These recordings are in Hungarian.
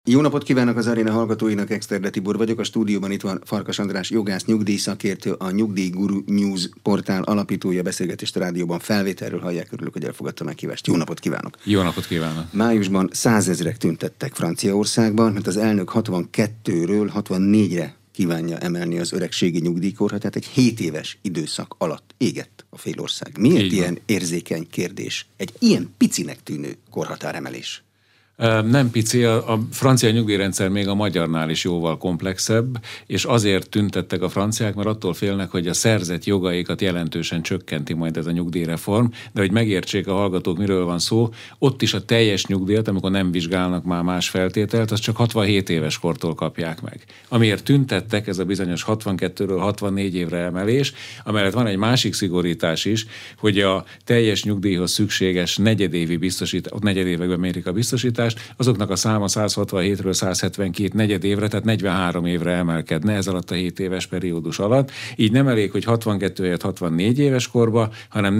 Jó napot kívánok az aréna hallgatóinak, Exterde Tibor vagyok, a stúdióban itt van Farkas András, jogász, nyugdíjszakértő, a Nyugdíjguru News portál alapítója, beszélgetést a rádióban felvételről hallják, örülök, hogy elfogadta meghívást. Jó napot kívánok! Jó napot kívánok! Májusban 100 000-ek tüntettek Franciaországban, mert az elnök 62-ről 64-re kívánja emelni az öregségi nyugdíjkorhatárt, tehát egy 7 éves időszak alatt égett a fél ország. Miért ilyen érzékeny kérdés egy ilyen picinek tűnő korhatáremelés? Nem pici, a francia nyugdíjrendszer még a magyarnál is jóval komplexebb, és azért tüntettek a franciák, mert attól félnek, hogy a szerzett jogaikat jelentősen csökkenti majd ez a nyugdíjreform, de hogy megértsék a hallgatók, miről van szó, ott is a teljes nyugdíjat, amikor nem vizsgálnak már más feltételt, az csak 67 éves kortól kapják meg. Amiért tüntettek, ez a bizonyos 62-ről 64 évre emelés, amellett van egy másik szigorítás is, hogy a teljes nyugdíjhoz szükséges negyedévekben mérik a biztosítást, azoknak a száma 167-ről 172 negyedévre, tehát 43 évre emelkedne ez alatt a 7 éves periódus alatt. Így nem elég, hogy 62 helyett 64 éves korba, hanem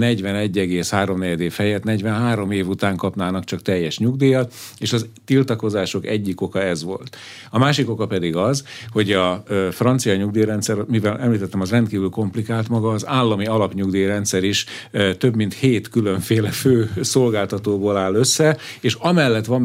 41,3 év helyett 43 év után kapnának csak teljes nyugdíjat, és az tiltakozások egyik oka ez volt. A másik oka pedig az, hogy a francia nyugdíjrendszer, mivel említettem, az rendkívül komplikált maga, az állami alapnyugdíjrendszer is több mint 7 különféle fő szolgáltatóból áll össze, és amellett van még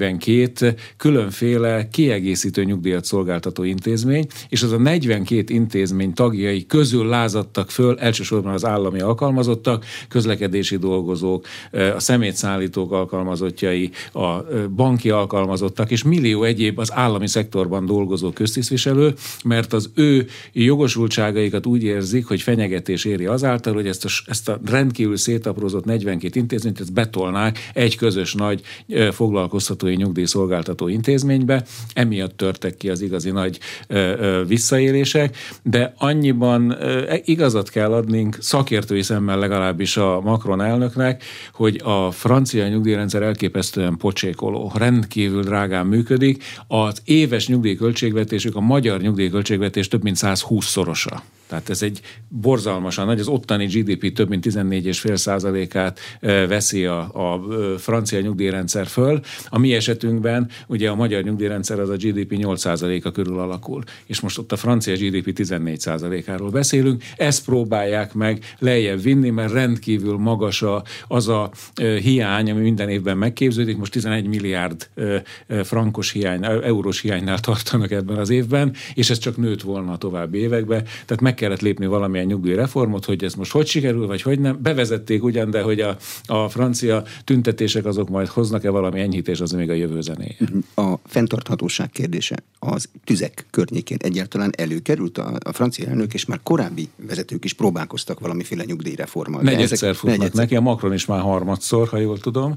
42 különféle kiegészítő nyugdíjat szolgáltató intézmény, és az a 42 intézmény tagjai közül lázadtak föl elsősorban az állami alkalmazottak, közlekedési dolgozók, a szemétszállítók alkalmazottjai, a banki alkalmazottak, és millió egyéb az állami szektorban dolgozó köztisztviselő, mert az ő jogosultságaikat úgy érzik, hogy fenyegetés éri azáltal, hogy ezt a rendkívül szétaprózott 42 intézményt ezt betolnák egy közös nagy foglalkoztatói nyugdíjszolgáltató intézménybe, emiatt törtek ki az igazi nagy visszaélések, de annyiban igazat kell adnunk szakértői szemmel legalábbis a Macron elnöknek, hogy a francia nyugdíjrendszer elképesztően pocsékoló, rendkívül drágán működik, az éves nyugdíjköltségvetésük a magyar nyugdíjköltségvetés több mint 120-szorosa. Tehát ez egy borzalmasan nagy, az ottani GDP több mint 14,5%-át veszi a francia nyugdíjrendszer föl. A mi esetünkben ugye a magyar nyugdíjrendszer az a GDP 8%-a körül alakul, és most ott a francia GDP 14%-áról beszélünk. Ezt próbálják meg lejjebb vinni, mert rendkívül magas az a hiány, ami minden évben megképződik. Most 11 milliárd frankos hiány, eurós hiánynál tartanak ebben az évben, és ez csak nőtt volna a további években. Tehát meg kellett lépni valamilyen nyugdíjreformot, hogy ez most hogy sikerül, vagy hogy nem. Bevezették ugyan, de hogy a francia tüntetések azok majd hoznak-e valami enyhítés, az még a jövő zenéje. A fenntarthatóság kérdése az tüzek környékén egyáltalán előkerült a francia elnök, és már korábbi vezetők is próbálkoztak valamiféle nyugdíjreformmal. Negyedszer futnak neki, a Macron is már harmadszor, ha jól tudom.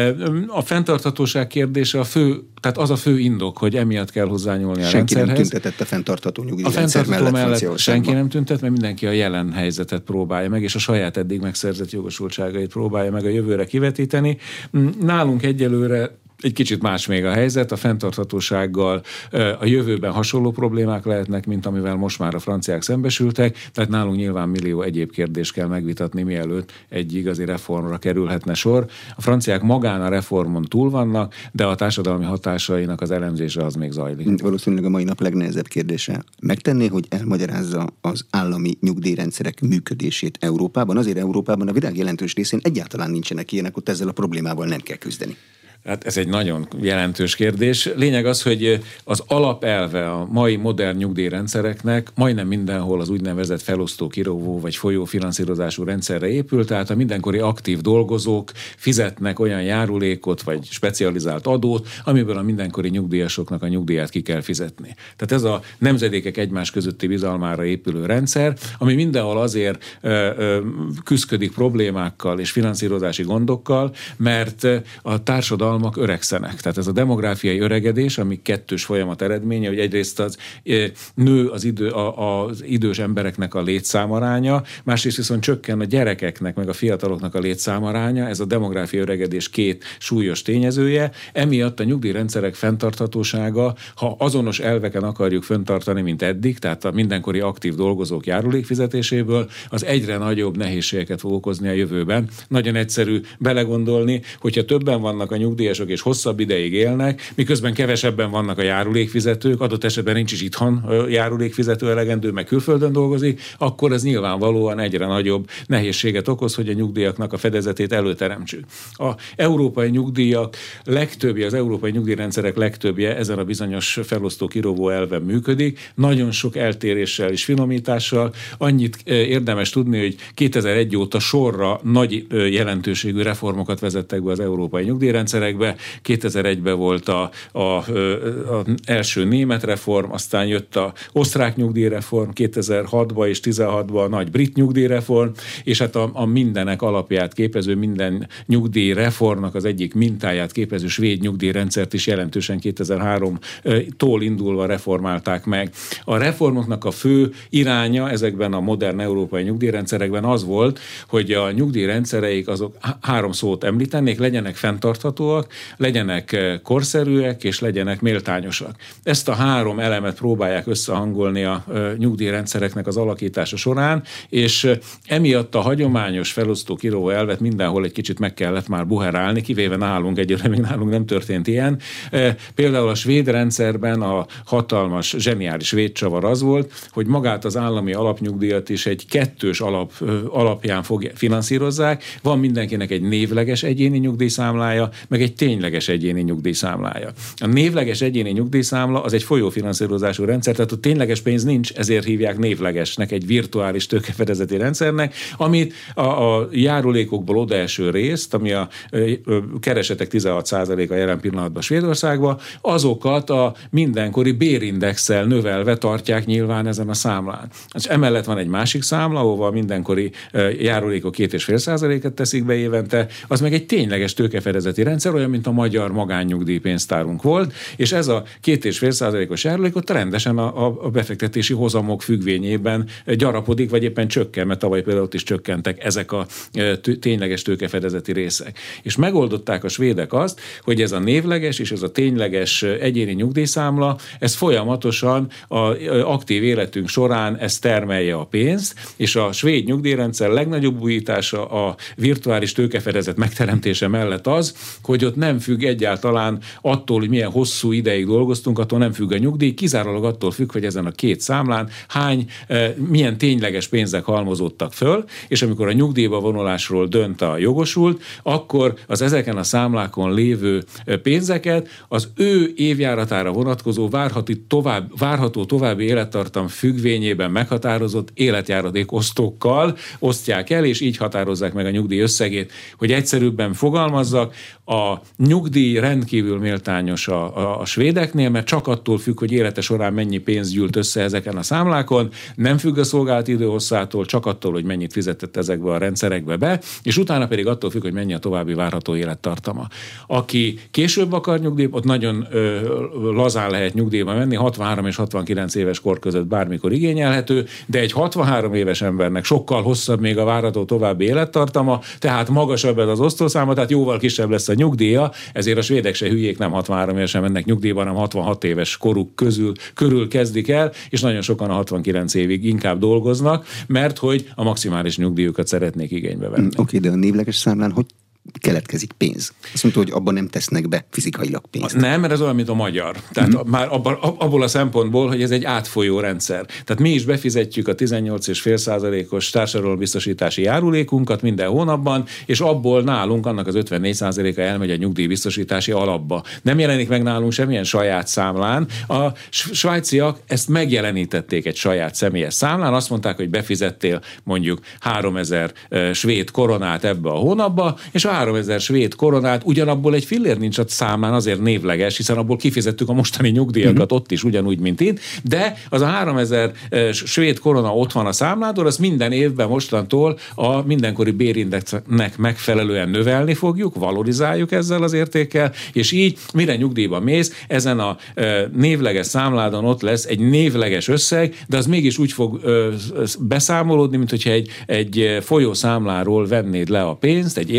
A fenntarthatóság kérdése tehát az a fő indok, hogy emiatt kell hozzányúlni a rendszerhez. Senki nem tüntetett a fenntartható nyugdíjrendszer mellett senki nem tüntet, mert mindenki a jelen helyzetet próbálja meg, és a saját eddig megszerzett jogosultságait próbálja meg a jövőre kivetíteni. Nálunk egyelőre egy kicsit más még a helyzet, a fenntarthatósággal a jövőben hasonló problémák lehetnek, mint amivel most már a franciák szembesültek, tehát nálunk nyilván millió egyéb kérdést kell megvitatni, mielőtt egy igazi reformra kerülhetne sor. A franciák magán a reformon túl vannak, de a társadalmi hatásainak az elemzése az még zajlik. Valószínűleg a mai nap legnehezebb kérdése. Megtenné, hogy elmagyarázza az állami nyugdíjrendszerek működését Európában? Azért Európában a világ jelentős részén egyáltalán nincsenek ilyenek, ott ezzel a problémával nem kell küzdeni. Hát ez egy nagyon jelentős kérdés. Lényeg az, hogy az alapelve a mai modern nyugdíjrendszereknek majdnem mindenhol az úgynevezett felosztó, kirovó vagy folyó finanszírozású rendszerre épül, tehát a mindenkori aktív dolgozók fizetnek olyan járulékot vagy specializált adót, amiből a mindenkori nyugdíjasoknak a nyugdíját ki kell fizetni. Tehát ez a nemzedékek egymás közötti bizalmára épülő rendszer, ami mindenhol azért küszködik problémákkal és finanszírozási gondokkal, mert a társadalmak öregszenek. Tehát ez a demográfiai öregedés, ami kettős folyamat eredménye, hogy egyrészt nő az idős embereknek a létszámaránya, másrészt viszont csökken a gyerekeknek, meg a fiataloknak a létszámaránya, ez a demográfiai öregedés két súlyos tényezője. Emiatt a nyugdíjrendszerek fenntarthatósága, ha azonos elveken akarjuk fenntartani, mint eddig, tehát a mindenkori aktív dolgozók járulékfizetéséből, az egyre nagyobb nehézségeket fog okozni a jövőben. Nagyon egyszerű belegondolni, hogyha többen vannak a nyugdíj nyugdíjasok és hosszabb ideig élnek, miközben kevesebben vannak a járulékfizetők, adott esetben nincs is itthon járulékfizető elegendő, meg külföldön dolgozik, akkor ez nyilvánvalóan egyre nagyobb nehézséget okoz, hogy a nyugdíjaknak a fedezetét előteremtsük. Az európai nyugdíjrendszerek legtöbbje ezen a bizonyos felosztó-kirovó elven működik, nagyon sok eltéréssel és finomítással. Annyit érdemes tudni, hogy 2001 óta sorra nagy jelentőségű reformokat vezettek be az európai nyugdíjrendszerekbe. 2001-ben volt az első német reform, aztán jött az osztrák nyugdíjreform, 2006-ban és 2016-ban a nagy brit nyugdíjreform, és hát a mindenek alapját képező, minden nyugdíjreformnak az egyik mintáját képező svéd nyugdíjrendszert is jelentősen 2003-tól indulva reformálták meg. A reformoknak a fő iránya ezekben a modern európai nyugdíjrendszerekben az volt, hogy a nyugdíjrendszereik azok 3 szót említenék, legyenek fenntarthatóak, legyenek korszerűek és legyenek méltányosak. Ezt a 3 elemet próbálják összehangolni a nyugdíjrendszereknek az alakítása során, és emiatt a hagyományos felosztó-kirovó elvet mindenhol egy kicsit meg kellett már buherálni, kivéve nálunk, egyre még nálunk nem történt ilyen. Például a svéd rendszerben a hatalmas, zseniális svéd csavar az volt, hogy magát az állami alapnyugdíjat is egy 2 alapján finanszírozzák. Van mindenkinek egy névleges egyéni nyugdíjszámlája, meg egy tényleges egyéni nyugdíjszámlája. A névleges egyéni nyugdíjszámla az egy folyófinanszírozású rendszer, tehát ott tényleges pénz nincs, ezért hívják névlegesnek, egy virtuális tőkefedezeti rendszernek, amit a járulékokból odaeső részt, ami a keresetek 16%-a jelen pillanatban Svédországban, azokat a mindenkori bérindexsel növelve tartják nyilván ezen a számlán. És emellett van egy másik számla, ahova a mindenkori járulékok 2,5%-et teszik be évente, az meg egy tényleges tőkefedezeti rendszer, olyan, mint a magyar magánnyugdíjpénztárunk volt, és ez a 2,5%-os járulékot rendesen a befektetési hozamok függvényében gyarapodik, vagy éppen csökken, mert tavaly például ott is csökkentek ezek a tényleges tőkefedezeti részek. És megoldották a svédek azt, hogy ez a névleges és ez a tényleges egyéni nyugdíjszámla, ez folyamatosan az aktív életünk során ez termelje a pénzt, és a svéd nyugdíjrendszer legnagyobb újítása a virtuális tőkefedezet megteremtése mellett az, hogy ott nem függ egyáltalán attól, hogy milyen hosszú ideig dolgoztunk, attól nem függ a nyugdíj, kizárólag attól függ, hogy ezen a 2 számlán milyen tényleges pénzek halmozódtak föl, és amikor a nyugdíjba vonulásról dönt a jogosult, akkor az ezeken a számlákon lévő pénzeket az ő évjáratára vonatkozó várható további élettartam függvényében meghatározott életjáradék osztókkal osztják el, és így határozzák meg a nyugdíj összegét. Hogy egyszerűbben fogalmazzak, a nyugdíj rendkívül méltányos a svédeknél, mert csak attól függ, hogy élete során mennyi pénz gyűlt össze ezeken a számlákon, nem függ a szolgálati idő hosszától, csak attól, hogy mennyit fizetett ezekbe a rendszerekbe be, és utána pedig attól függ, hogy mennyi a további várható élettartama. Aki később akar nyugdíjba, ott nagyon lazán lehet nyugdíjba menni, 63 és 69 éves kor között bármikor igényelhető, de egy 63 éves embernek sokkal hosszabb még a várható további élettartama, tehát magasabb ez az osztószáma, tehát jóval kisebb lesz a nyugdíja, ezért a svédek se hülyék, nem 63 évesen mennek nyugdíjba, hanem 66 éves koruk körül kezdik el, és nagyon sokan a 69 évig inkább dolgoznak, mert hogy a maximális nyugdíjukat szeretnék igénybe venni. Oké, de a névleges számlán hogy keletkezik pénz? Azt mondta, hogy abban nem tesznek be fizikailag pénzt. Nem, mert ez olyan, mint a magyar. Tehát már abból a szempontból, hogy ez egy átfolyó rendszer. Tehát mi is befizetjük a 18,5%-os társadalombiztosítási járulékunkat minden hónapban, és abból nálunk annak az 54%-a elmegy a nyugdíjbiztosítási alapba. Nem jelenik meg nálunk semmilyen saját számlán. A svájciak ezt megjelenítették egy saját személyes számlán, azt mondták, hogy befizettél mondjuk 3000 svéd koronát ebbe a hónapba, és a 3000 svéd koronát ugyanabból egy fillér nincs a számlán, azért névleges, hiszen abból kifizettük a mostani nyugdíjakat ott is, ugyanúgy, mint itt, de az a 3000 svéd korona ott van a számládon, azt minden évben mostantól a mindenkori bérindexnek megfelelően növelni fogjuk, valorizáljuk ezzel az értékkel, és így mire nyugdíjba mész, ezen a névleges számládon ott lesz egy névleges összeg, de az mégis úgy fog beszámolódni, mint hogyha egy folyószámláról vennéd le a pénzt, egy életjáradékot,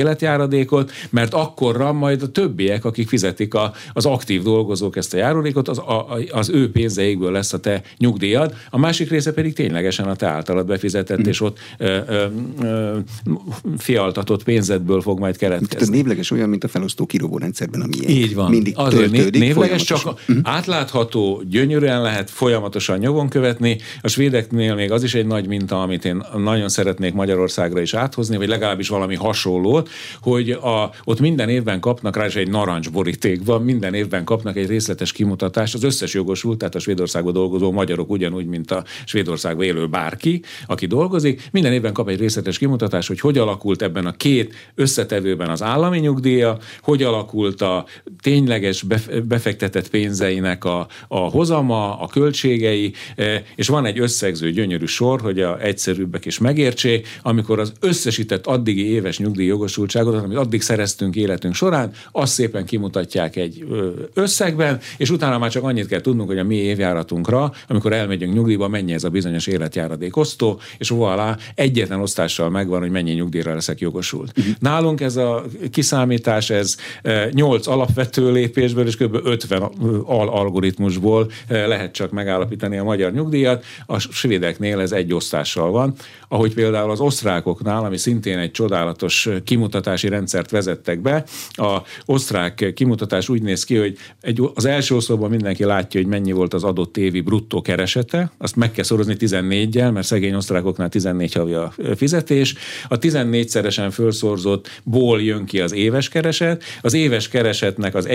életjáradékot, mert akkorra majd a többiek, akik fizetik az aktív dolgozók ezt a járulékot, az ő pénzeikből lesz a te nyugdíjad, a másik része pedig ténylegesen a te általad befizetett és ott fialtatott pénzedből fog majd keletkezni. Ez névleges olyan, mint a felosztó kirobó rendszerben, ami így van. Mindig töltődik. Névleges, csak átlátható, gyönyörűen lehet folyamatosan nyomon követni. A svédeknél még az is egy nagy minta, amit én nagyon szeretnék Magyarországra is áthozni, vagy legalábbis valami hasonlót, hogy ott minden évben kapnak rá, és egy narancsborítékban minden évben kapnak egy részletes kimutatást, az összes jogosult, tehát a Svédországban dolgozó magyarok ugyanúgy, mint a Svédországban élő bárki, aki dolgozik, minden évben kap egy részletes kimutatást, hogy alakult ebben a két összetevőben az állami nyugdíja, hogy alakult a tényleges befektetett pénzeinek a hozama, a költségei, és van egy összegző gyönyörű sor, hogy egyszerűbbek is megértsék, amikor az összesített addigi éves nyugdíjjogosultságot, amit addig szereztünk életünk során, azt szépen kimutatják egy összegben, és utána már csak annyit kell tudnunk, hogy a mi évjáratunkra, amikor elmegyünk nyugdíjba, mennyi ez a bizonyos életjáradék osztó, és voilà, egyetlen osztással megvan, hogy mennyi nyugdíjra leszek jogosult. Nálunk ez a kiszámítás, ez 8 alapvető lépésből és kb. 50 algoritmusból lehet csak megállapítani a magyar nyugdíjat. A svédeknél ez egy osztással van, ahogy például az osztrákoknál, ami szintén egy csodálatos kimutatási rendszert vezettek be. A osztrák kimutatás úgy néz ki, hogy az első oszlopban mindenki látja, hogy mennyi volt az adott évi bruttó keresete, azt meg kell szorozni 14-jel, mert szegény osztrákoknál 14 havi a fizetés. A 14-szeresen fölszorzottból jön ki az éves kereset. Az éves keresetnek az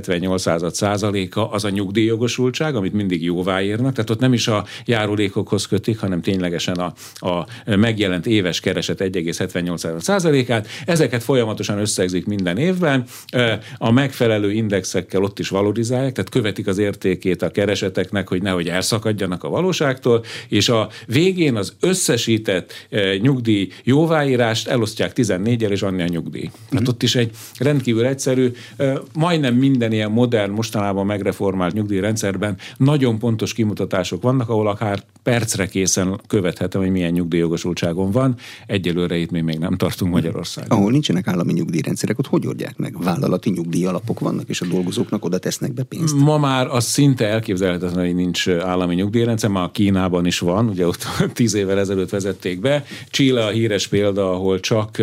1,78%-a az a nyugdíjjogosultság, amit mindig jóvá írnak, tehát ott nem is a járulékokhoz kötik, hanem ténylegesen a megjelent éves kereset 1,78%-át. Ezeket folyamatosan összegzik minden évben. A megfelelő indexekkel ott is valorizálják, tehát követik az értékét a kereseteknek, hogy nehogy elszakadjanak a valóságtól, és a végén az összesített nyugdíj jóváírást elosztják 14-el, és annyi a nyugdíj. Hát ott is egy rendkívül egyszerű, majdnem minden ilyen modern, mostanában megreformált nyugdíjrendszerben nagyon pontos kimutatások vannak, ahol akár percre készen követhetem, hogy milyen nyugdíjjogosultságom van. Egyelőre itt még nem tartunk Magyarországon. Ahol nincsenek állami nyugdíjrendszerek, ott hogy oldják meg? Vállalati nyugdíjalapok vannak, és a dolgozóknak oda tesznek be pénzt? Ma már az szinte elképzelhetetlen, hogy nincs állami nyugdíjrendszer, már Kínában is van, ugye ott 10 évvel ezelőtt vezették be. Chile a híres példa, ahol csak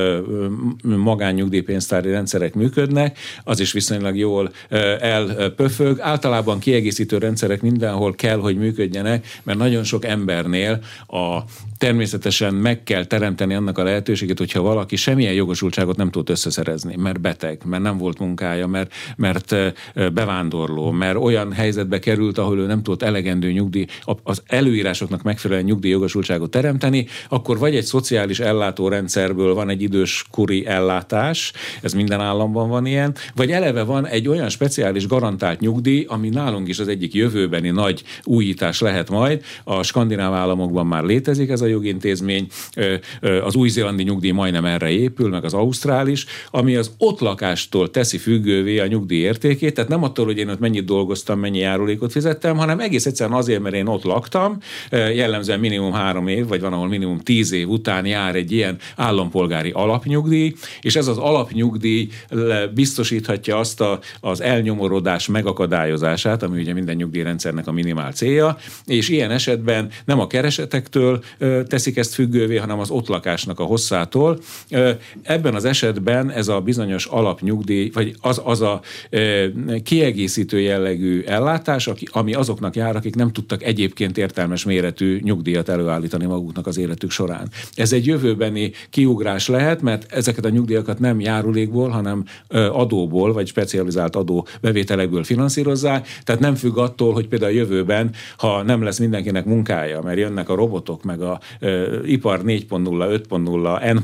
magánnyugdíjpénztári rendszerek működnek, az is viszonylag jól elpöfög. Általában kiegészítő rendszerek mindenhol kell, hogy működjenek, mert nagyon sok embernél természetesen meg kell teremteni annak a lehetőséget, hogyha valaki semmilyen jogosultságot nem tud összeszerezni, mert beteg, mert nem volt munkája, mert bevándorló, mert olyan helyzetbe került, ahol ő nem tudott elegendő az előírásoknak megfelelően nyugdíjjogosultságot teremteni, akkor vagy egy szociális ellátórendszerből van egy időskori ellátás, ez minden államban van ilyen, vagy eleve van egy olyan speciális garantált nyugdíj, ami nálunk is az egyik jövőbeni nagy újítás lehet majd. A skandináv államokban már létezik ez a jogintézmény, az új-zélandi nyugdíj majdnem erre épül, meg az ausztrál is, ami az ott lakástól teszi függővé a nyugdíj értékét, tehát nem attól, hogy én ott mennyit dolgoztam, mennyi járulékot fizettem, hanem egész egyszerűen azért, mert én ott laktam, jellemzően minimum 3 év, vagy van, ahol minimum 10 év után jár egy ilyen állampolgári alapnyugdíj, és ez az alapnyugdíj biztosíthatja azt az elnyomorodás megakadályozását, ami ugye minden nyugdíjrendszernek a minimál célja, és ilyen esetben nem a keresetektől teszik ezt függővé, hanem az ott lakásnak a hosszától. Ebben az esetben ez a bizonyos alapnyugdíj, vagy az a kiegészítő jellegű ellátás, ami azoknak jár, akik nem tudtak egyébként értelmes méretű nyugdíjat előállítani maguknak az életük során. Ez egy jövőbeni kiugrás lehet, mert ezeket a nyugdíjakat nem járulékból, hanem adóból, vagy specializált adóbevételekből finanszírozzák, tehát nem függ attól, hogy például a jövőben, ha nem lesz mindenkinek munkája, mert jönnek a robotok, meg a ipar 4.0, 5.0,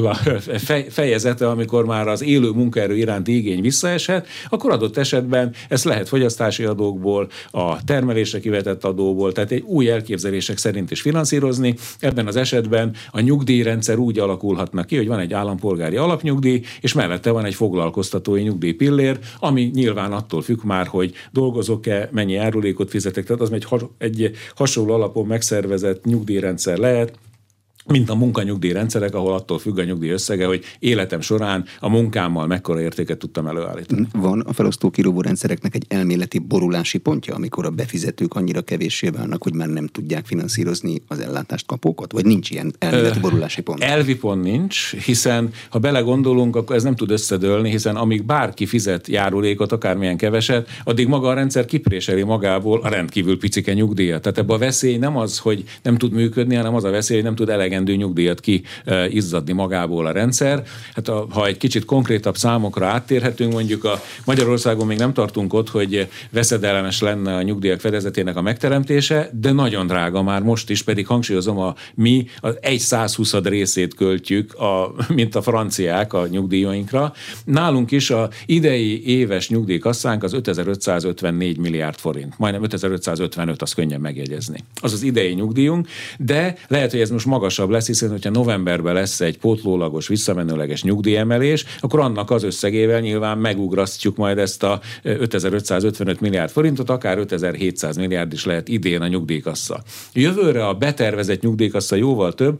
N.0 fejezete, amikor már az élő munkaerő iránti igény visszaeshet, akkor adott esetben ezt lehet fogyasztási adókból, a termelésre kivetett adóból, tehát egy új elképzelések szerint is finanszírozni. Ebben az esetben a nyugdíjrendszer úgy alakulhatna ki, hogy van egy állampolgári alapnyugdíj, és mellette van egy foglalkoztatói nyugdíjpillér, ami nyilván attól függ már, hogy dolgozok-e, mennyi járulékot fizetek, tehát az egy hasonló alapon megszervezett nyugdíjrendszer lehet, mint a munkanyugdíjrendszerek, ahol attól függ a nyugdíj összege, hogy életem során a munkámmal mekkora értéket tudtam előállítani. Van a felosztó-kirúgó rendszereknek egy elméleti borulási pontja, amikor a befizetők annyira kevéssé válnak, hogy már nem tudják finanszírozni az ellátást kapókat? Vagy nincs ilyen elméleti borulási pont? Elvi pont nincs, hiszen ha belegondolunk, akkor ez nem tud összedőlni, hiszen amíg bárki fizet járulékot, akármilyen keveset, addig maga a rendszer kipréseli magából a rendkívül picike nyugdíjat. Tehát ebben a veszély nem az, hogy nem tud működni, hanem az a veszély, hogy nem tud elegendő nyugdíjat kiizzadni magából a rendszer. Hát ha egy kicsit konkrétabb számokra áttérhetünk, mondjuk a Magyarországon még nem tartunk ott, hogy veszedelmes lenne a nyugdíjak fedezetének a megteremtése, de nagyon drága már most is, pedig hangsúlyozom, mi az 1/120 részét költjük, mint a franciák a nyugdíjainkra. Nálunk is a idei éves nyugdíjkasszánk az 5554 milliárd forint. Majdnem 5555, azt könnyen megjegyezni. Az az idei nyugdíjunk, de lehet, hogy ez most magasabb lesz, hiszen hogyha novemberben lesz egy pótlólagos, visszamenőleges nyugdíjemelés, akkor annak az összegével nyilván megugrasztjuk majd ezt a 5555 milliárd forintot, akár 5700 milliárd is lehet idén a nyugdíjkassa. Jövőre a betervezett nyugdíjkassa jóval több,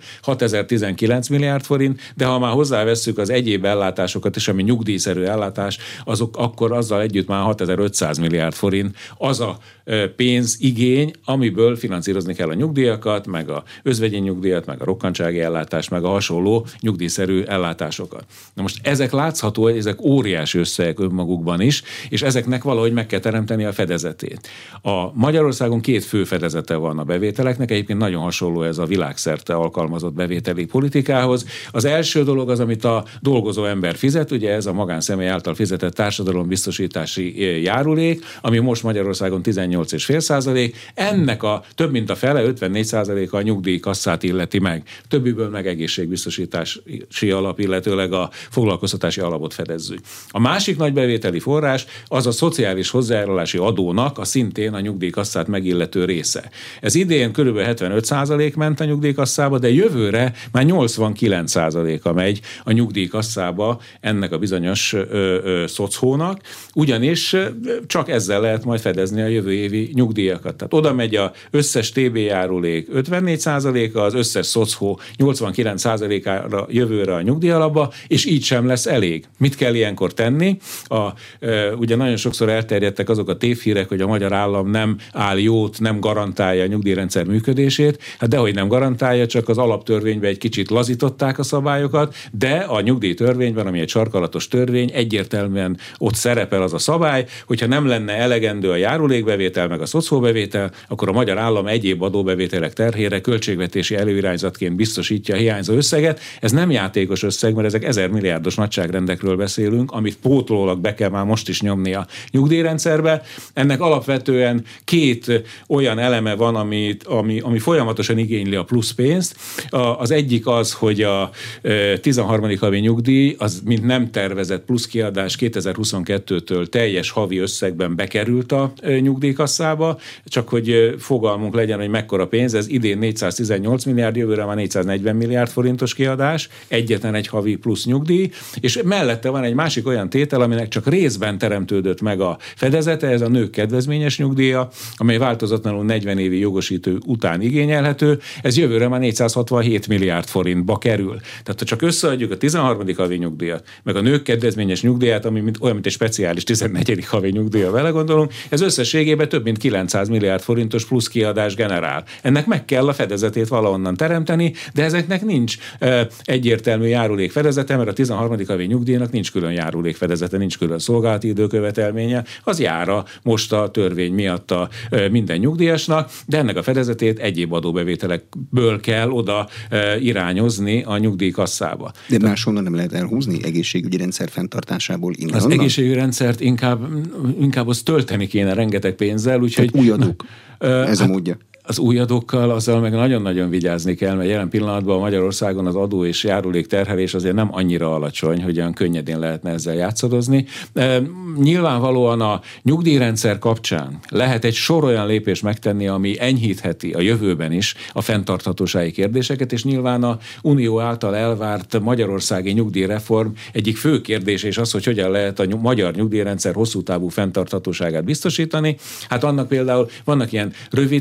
6019 milliárd forint, de ha már hozzávesszük az egyéb ellátásokat is, ami nyugdíjszerű ellátás, akkor azzal együtt már 6500 milliárd forint az a pénzigény, amiből finanszírozni kell a nyugdíjakat, meg a özvegyi nyugdíjat, meg a rokkantsági ellátást, meg a hasonló nyugdíjszerű ellátásokat. Na most ezek látható, hogy ezek óriási összegek önmagukban is, és ezeknek valahogy meg kell teremteni a fedezetét. A Magyarországon 2 fő fedezete van a bevételeknek, egyébként nagyon hasonló ez a világszerte alkalmazott bevételi politikához. Az első dolog az, amit a dolgozó ember fizet, ugye ez a magánszemély által fizetett társadalombiztosítási járulék, ami most Magyarországon 18,5%, ennek a több mint a fele, 54%-a a nyugdíjkasszát illeti meg. Többiből meg egészségbiztosítási alap, illetőleg a foglalkoztatási alapot fedezzük. A másik nagy bevételi forrás az a szociális hozzájárulási adónak a szintén a nyugdíjkasszát megillető része. Ez idén kb. 75% ment a nyugdíjkasszába, de jövőre már 89%-a megy a nyugdíjkasszába ennek a bizonyos szocónak, ugyanis csak ezzel lehet majd fedezni a jövő évi nyugdíjakat. Tehát oda megy az összes TB járulék 54%-a, az összes szocó 89%-ára jövőre a nyugdíjalapba, és így sem lesz elég. Mit kell ilyenkor tenni? Ugye nagyon sokszor elterjedtek azok a tévhírek, hogy a magyar állam nem áll jót, nem garantálja a nyugdíjrendszer működését. Hát dehogy nem garantálja, csak az alaptörvényben egy kicsit lazították a szabályokat, de a nyugdíjtörvényben, ami egy sarkalatos törvény, egyértelműen ott szerepel az a szabály, hogyha nem lenne elegendő a járulékbevétel, meg a szocóbevétel, akkor a magyar állam egyéb adóbevételek terhére költségvetési előirányzatként biztosítja a hiányzó összeget. Ez nem játékos összeg, mert ezek 1000 milliárdos nagyságrendekről beszélünk, amit pótlólag be kell már most is nyomni a nyugdíjrendszerbe. Ennek alapvetően 2 olyan eleme van, ami folyamatosan igényli a plusz pénzt. Az egyik az, hogy a 13. havi nyugdíj, az mint nem tervezett plusz kiadás 2022-től teljes havi összegben bekerült a nyugdíjkasszába, csak hogy fogalmunk legyen, hogy mekkora pénz, ez idén 418 milliárd, jövőre már 440 milliárd forintos kiadás, egyetlen egy havi plusz nyugdíj, és mellette van egy másik olyan tétel, aminek csak részben teremtődött meg a fedezete, ez a nők kedvezményes nyugdíja, amely változatlanul 40 évi jogosítő után igényelhető, ez jövőre már 467 milliárd forintba kerül. Tehát ha csak összeadjuk a 13. havi nyugdíjat, meg a nők kedvezményes nyugdíját, ami olyan, mint egy speciális 14. havi nyugdíja, vele gondolunk, ez összességében több mint 900 milliárd forintos plusz kiadás generál. Ennek meg kell a fedezetét valahonnan teremteni, de ezeknek nincs egyértelmű járulékfedezete, mert a 13. havi nyugdíjnak nincs külön járulékfedezete, nincs külön szolgálati időkövetelménye, az jár most a törvény miatt a minden nyugdíjasnak, de ennek a fedezetét egyéb adóbevételekből kell oda irányozni a nyugdíjkasszába. De máshonnan nem lehet elhúzni egészségügyi rendszer fenntartásából innen? Az egészségügyi rendszert inkább azt tölteni kéne rengeteg pénzzel, úgyhogy... új adók. Ez a módja. Az új adókkal azzal meg nagyon-nagyon vigyázni kell, mert jelen pillanatban Magyarországon az adó és járulék terhelés azért nem annyira alacsony, hogy olyan könnyedén lehetne ezzel játszadozni. Nyilvánvalóan a nyugdíjrendszer kapcsán lehet egy sor olyan lépést megtenni, ami enyhítheti a jövőben is a fenntarthatósági kérdéseket, és nyilván a Unió által elvárt magyarországi nyugdíjreform egyik fő kérdése is az, hogy hogyan lehet a magyar nyugdíjrendszer hosszú távú fenntarthatóságát biztosítani. Hát annak például vannak ilyen rövid távú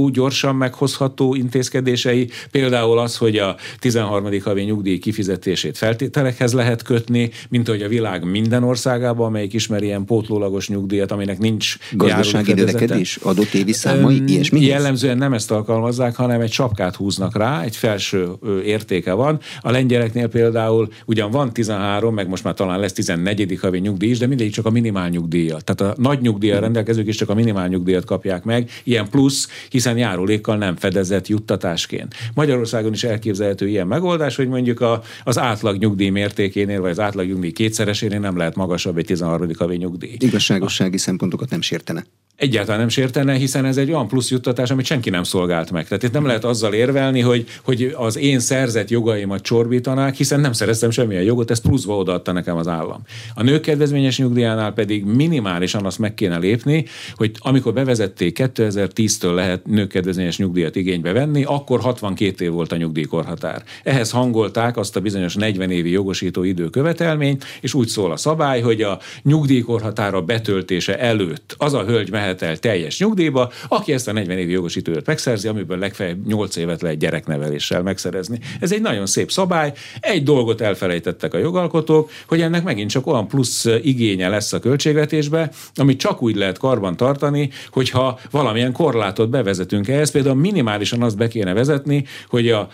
EU gyorsan meghozható intézkedései, például az, hogy a 13. havi nyugdíj kifizetését feltételekhez lehet kötni, mint hogy a világ minden országában, amelyik ismeri ilyen pótlólagos nyugdíjat, aminek nincs gazdasági növekedés, adott évi számai, ilyesmi? Jellemzően nem ezt alkalmazzák, hanem egy sapkát húznak rá, egy felső értéke van. A lengyeleknél például ugyan van 13, meg most már talán lesz 14. havi nyugdíj is, de mindegyik csak a minimál nyugdíjat. Tehát a nagy nyugdíjjal rendelkezők is csak a minimál nyugdíjat kapják meg, ilyen plusz, hiszen járulékkal nem fedezett juttatásként. Magyarországon is elképzelhető ilyen megoldás, hogy mondjuk az átlag nyugdíj mértékénél, vagy az átlag nyugdíj kétszeresénél nem lehet magasabb egy 13. havi nyugdíj. Igazságossági szempontokat nem sértene. Egyáltalán nem sértene, hiszen ez egy olyan plusz juttatás, amit senki nem szolgált meg. Tehát itt nem lehet azzal érvelni, hogy az én szerzett jogaimat csorbítanák, hiszen nem szereztem semmilyen jogot, ezt pluszba odaadta nekem az állam. A nők kedvezményes nyugdíjánál pedig minimálisan azt meg kéne lépni, hogy amikor bevezették, 2010-től lehet nők kedvezményes nyugdíjat igénybe venni, akkor 62 év volt a nyugdíjkorhatár. Ehhez hangolták azt a bizonyos 40 évi jogosító időkövetelményt, és úgy szól a szabály, hogy a nyugdíjkorhatára betöltése előtt az a hölgy mehet el teljes nyugdíjba, aki ezt a 40 évi jogosítót megszerzi, amiből legfeljebb 8 évet lehet gyerekneveléssel megszerezni. Ez egy nagyon szép szabály. Egy dolgot elfelejtettek a jogalkotók, hogy ennek megint csak olyan plusz igénye lesz a költségvetésbe, amit csak úgy lehet karban tartani, hogyha valamilyen korlátot bevezetünk ehhez. Például minimálisan azt be kéne vezetni, hogy a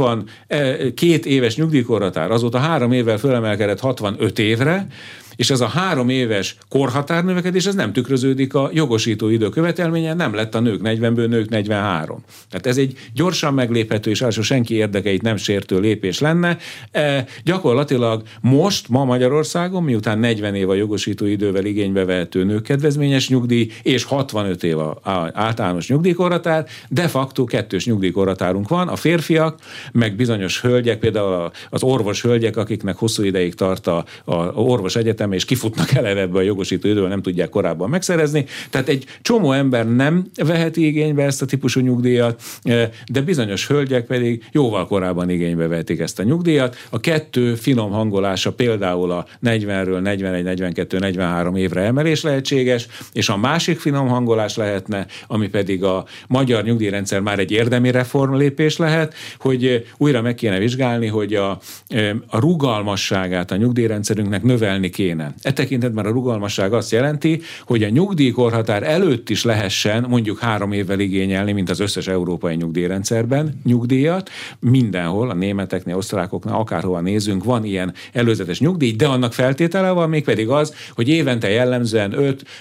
62 éves nyugdíjkorhatár azóta 3 évvel fölemelkedett 65 évre, és ez a 3 éves korhatárnövekedés, ez nem tükröződik a jogosító időkövetelményen, nem lett a nők 40-ből nők 43. Tehát ez egy gyorsan megléphető és általában senki érdekeit nem sértő lépés lenne. Gyakorlatilag ma Magyarországon, miután 40 év a jogosító idővel igénybe vehető nők kedvezményes nyugdíj, és 65 év az általános nyugdíjkorhatár, de facto 2-s nyugdíjkorhatárunk van, a férfiak, meg bizonyos hölgyek, például az orvos hölgyek, akiknek hosszú ideig tart a orvos egyetem, és kifutnak eleve ebbe a jogosító idővel, nem tudják korábban megszerezni. Tehát egy csomó ember nem veheti igénybe ezt a típusú nyugdíjat, de bizonyos hölgyek pedig jóval korábban igénybe vehetik ezt a nyugdíjat. A 2 finom hangolása például a 40-ről 41, 42, 43 évre emelés lehetséges, és a másik finom hangolás lehetne, ami pedig a magyar nyugdíjrendszer már egy érdemi reformlépés lehet, hogy újra meg kéne vizsgálni, hogy a rugalmasságát a nyugdíjrendszerünknek növelni kéne. E tekintetben a rugalmasság azt jelenti, hogy a nyugdíjkorhatár előtt is lehessen mondjuk 3 évvel igényelni, mint az összes európai nyugdíjrendszerben nyugdíjat. Mindenhol, a németeknél, osztrákoknál, akárhova nézünk, van ilyen előzetes nyugdíj, de annak feltétele van mégpedig az, hogy évente jellemzően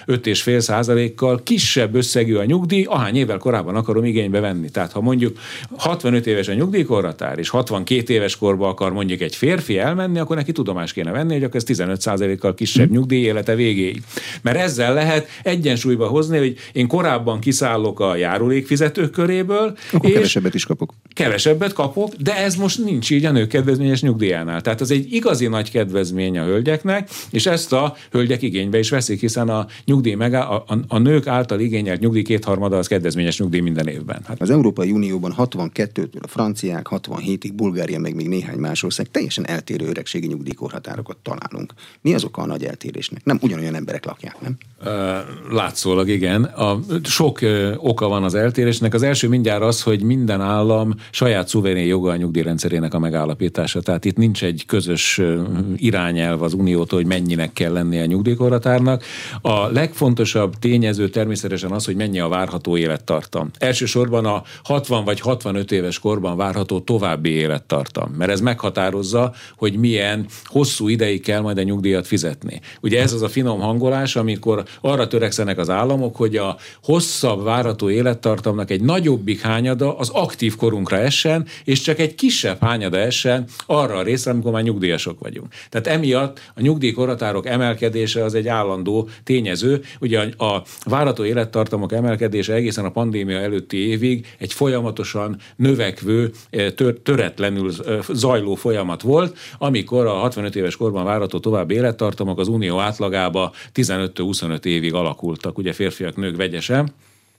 5,5%-kal kisebb összegű a nyugdíj, ahány évvel korábban akarom igénybe venni. Tehát ha mondjuk 65 éves a nyugdíjkorhatár, és 62 éves korba akar mondjuk egy férfi elmenni, akkor neki tudomást kéne venni, hogy akkor ez 15%-kal kisebb nyugdíj élete végéig. Mert ezzel lehet egyensúlyba hozni, hogy én korábban kiszállok a járulékfizetők köréből, akkor és kevesebbet is kapok. Kevesebbet kapok, de ez most nincs így a nők kedvezményes nyugdíjánál. Tehát az egy igazi nagy kedvezmény a hölgyeknek, és ezt a hölgyek igénybe is veszik, hiszen a nyugdíj a nők által igényelt nyugdíj 2/3 az kedvezményes nyugdíj minden évben. Az Európai Unióban 62-től a franciák, 67-ig Bulgária, meg még néhány más ország teljesen eltérő öregségi nyugdíjkorhatárokat találunk. Mi az oka a nagy eltérésnek? Nem ugyanolyan emberek lakják, nem? Látszólag igen. Sok oka van az eltérésnek. Az első mindjárt az, hogy minden állam saját szuverén joga a nyugdíjrendszerének a megállapítása. Tehát itt nincs egy közös irányelv az Uniótól, hogy mennyinek kell lennie a nyugdíjkorhatárnak. A legfontosabb tényező természetesen az, hogy mennyi a várható élettartam. Elsősorban a 60 vagy 65 éves korban várható további élettartam, mert ez meghatározza, hogy milyen hosszú ideig kell majd a nyugdíjat fizetni. Ugye ez az a finom hangolás, amikor arra törekszenek az államok, hogy a hosszabb várható élettartamnak egy nagyobbik hányada az aktív korunkra essen, és csak egy kisebb hányada essen arra a részre, amikor már nyugdíjasok vagyunk. Tehát emiatt a nyugdíjkorhatárok emelkedése az egy állandó tényező. Ugye a várható élettartamok emelkedése egészen a pandémia előtti évig egy folyamatosan növekvő, töretlenül zajló folyamat volt, amikor a 65 éves korban várható további élettartamok az unió átlagába 15-25 évig alakultak, ugye férfiak, nők vegyesen.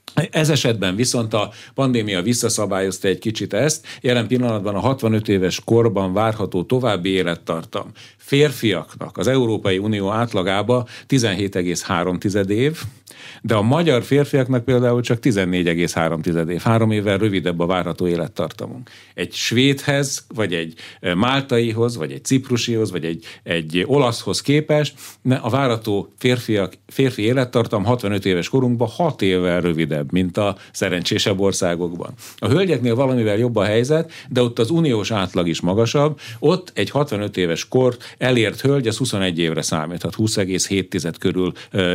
Ez esetben viszont a pandémia visszaszabályozta egy kicsit ezt. Jelen pillanatban a 65 éves korban várható további élettartam férfiaknak az Európai Unió átlagába 17,3 év, de a magyar férfiaknak például csak 14,3 év. 3 évvel rövidebb a várható élettartamunk. Egy svédhez, vagy egy máltaihoz, vagy egy ciprusihoz, vagy egy olaszhoz képest a várható férfi élettartam 65 éves korunkban 6 évvel rövidebb, mint a szerencsésebb országokban. A hölgyeknél valamivel jobb a helyzet, de ott az uniós átlag is magasabb. Ott egy 65 éves kor elért hölgy, az 21 évre számíthat. 20,7 körül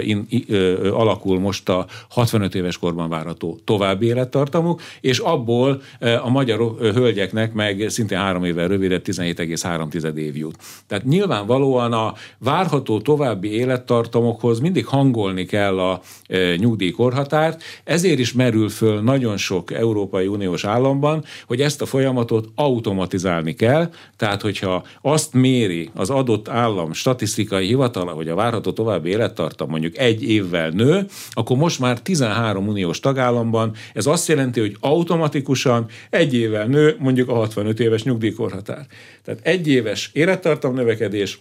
alakul most a 65 éves korban várható további élettartamuk, és abból a magyar hölgyeknek meg szintén 3 évvel rövidebb 17,3 év jut. Tehát nyilvánvalóan a várható további élettartamokhoz mindig hangolni kell a nyugdíjkorhatárt, ezért is merül föl nagyon sok Európai Uniós államban, hogy ezt a folyamatot automatizálni kell, tehát hogyha azt méri az adott állam statisztikai hivatala, hogy a várható további élettartam mondjuk 1 évvel nő, akkor most már 13 uniós tagállamban ez azt jelenti, hogy automatikusan 1 évvel nő mondjuk a 65 éves nyugdíjkorhatár. Tehát 1 éves élettartam növekedés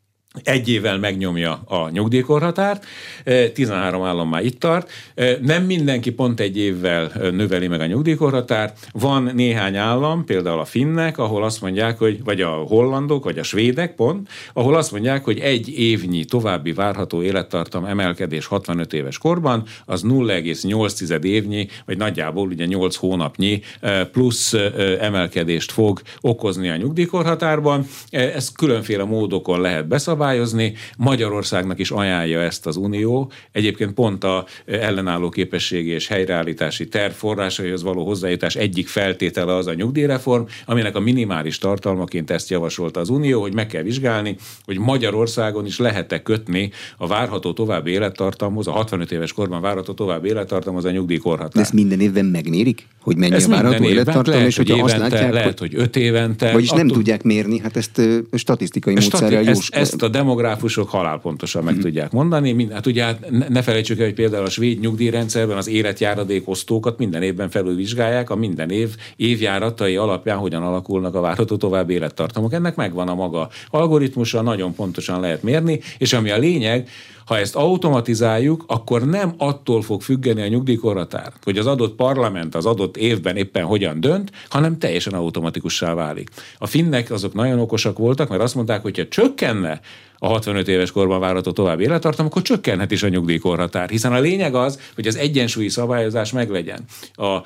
1 évvel megnyomja a nyugdíjkorhatárt, 13 állam már itt tart. Nem mindenki pont 1 évvel növeli meg a nyugdíjkorhatárt. Van néhány állam, például a finnek, ahol azt mondják, hogy, vagy a hollandok, vagy a svédek pont, ahol azt mondják, hogy 1 évnyi további várható élettartam emelkedés 65 éves korban, az 0,8 évnyi, vagy nagyjából ugye 8 hónapnyi plusz emelkedést fog okozni a nyugdíjkorhatárban. Ezt különféle módokon lehet beszabályozni. Magyarországnak is ajánlja ezt az Unió. Egyébként pont a ellenálló képességi és helyreállítási terv forrásaihoz való hozzájutás egyik feltétele az a nyugdíjreform, aminek a minimális tartalmaként ezt javasolta az Unió, hogy meg kell vizsgálni, hogy Magyarországon is lehet-e kötni a várható további élettartamhoz, a 65 éves korban várható további élettartamhoz a nyugdíjkorhatár. De ezt minden évben megmérik? Hogy mennyi a várható élettartam? Lehet, és hogy évente, azt látják, lehet, hogy 5 évente. Vagyis nem tudják mérni, hát ezt statisztikai módszerrel ezt a demográfusok halálpontosan meg tudják mondani. Hát ugye ne felejtsük el, hogy például a svéd nyugdíjrendszerben az életjáradék osztókat minden évben felülvizsgálják, a minden év évjáratai alapján hogyan alakulnak a várható további élettartamok. Ennek megvan a maga algoritmusa, nagyon pontosan lehet mérni, és ami a lényeg, ha ezt automatizáljuk, akkor nem attól fog függeni a nyugdíjkorhatár, hogy az adott parlament az adott évben éppen hogyan dönt, hanem teljesen automatikussá válik. A finnek azok nagyon okosak voltak, mert azt mondták, hogy ha csökkenne a 65 éves korban várható további élettartam, akkor csökkenhet is a nyugdíjkorhatár. Hiszen a lényeg az, hogy az egyensúlyi szabályozás meglegyen. A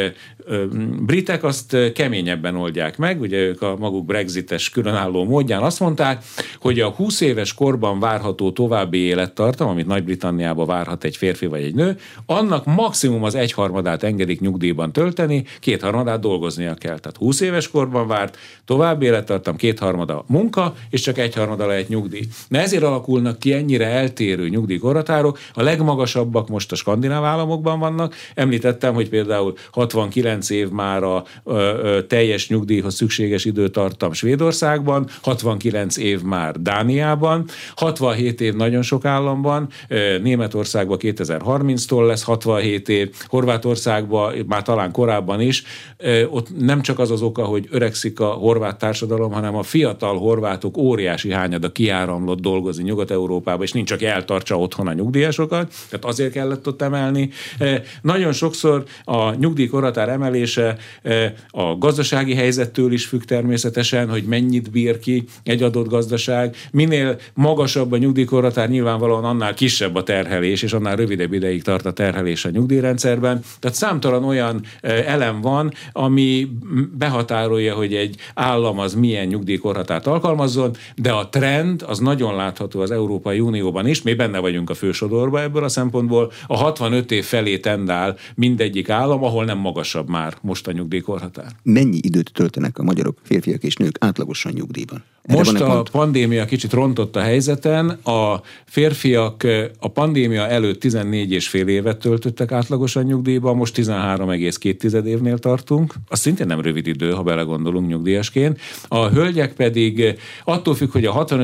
britek azt keményebben oldják meg, ugye ők a maguk brexites különálló módján azt mondták, hogy a 20 éves korban várható további élettartam, amit Nagy-Britanniában várhat egy férfi vagy egy nő, annak maximum az 1/3 engedik nyugdíjban tölteni, 2/3 dolgoznia kell. Tehát 20 éves korban várt további élettartam, 2/3 munka, és csak 1/3 lehet nyugdíj. Na ezért alakulnak ki ennyire eltérő nyugdíjkorhatárok. A legmagasabbak most a skandináv államokban vannak. Említettem, hogy például 69 év már a teljes nyugdíjhoz szükséges időtartam Svédországban, 69 év már Dániában, 67 év nagyon sok államban, Németországban 2030-tól lesz 67 év, Horvátországban már talán korábban is. Ott nem csak az az oka, hogy öregszik a horvát társadalom, hanem a fiatal horvátok óriási hányada kiáramlott dolgozni Nyugat-Európába, és nincs, aki eltartsa otthon a nyugdíjasokat, tehát azért kellett ott emelni. Nagyon sokszor a nyugdíjkorhatár emelése a gazdasági helyzettől is függ természetesen, hogy mennyit bír ki egy adott gazdaság. Minél magasabb a nyugdíjkorhatár, nyilvánvalóan annál kisebb a terhelés, és annál rövidebb ideig tart a terhelés a nyugdíjrendszerben. Tehát számtalan olyan elem van, ami behatárolja, hogy egy állam az milyen nyugdíjkorhatárt alkalmazzon, de a trend az nagyon látható az Európai Unióban is, mi benne vagyunk a fősodorba ebből a szempontból, a 65 év felé tendál mindegyik állam, ahol nem magasabb már most a nyugdíjkorhatár. Mennyi időt töltenek a magyarok, férfiak és nők átlagosan nyugdíjban? Most a pandémia kicsit rontott a helyzeten, a férfiak a pandémia előtt 14,5 évet töltöttek átlagosan nyugdíjban, most 13,2 évnél tartunk. Az szintén nem rövid idő, ha belegondolunk nyugdíjasként. A hölgyek pedig attól függ, hogy a 65 éves nyugdíj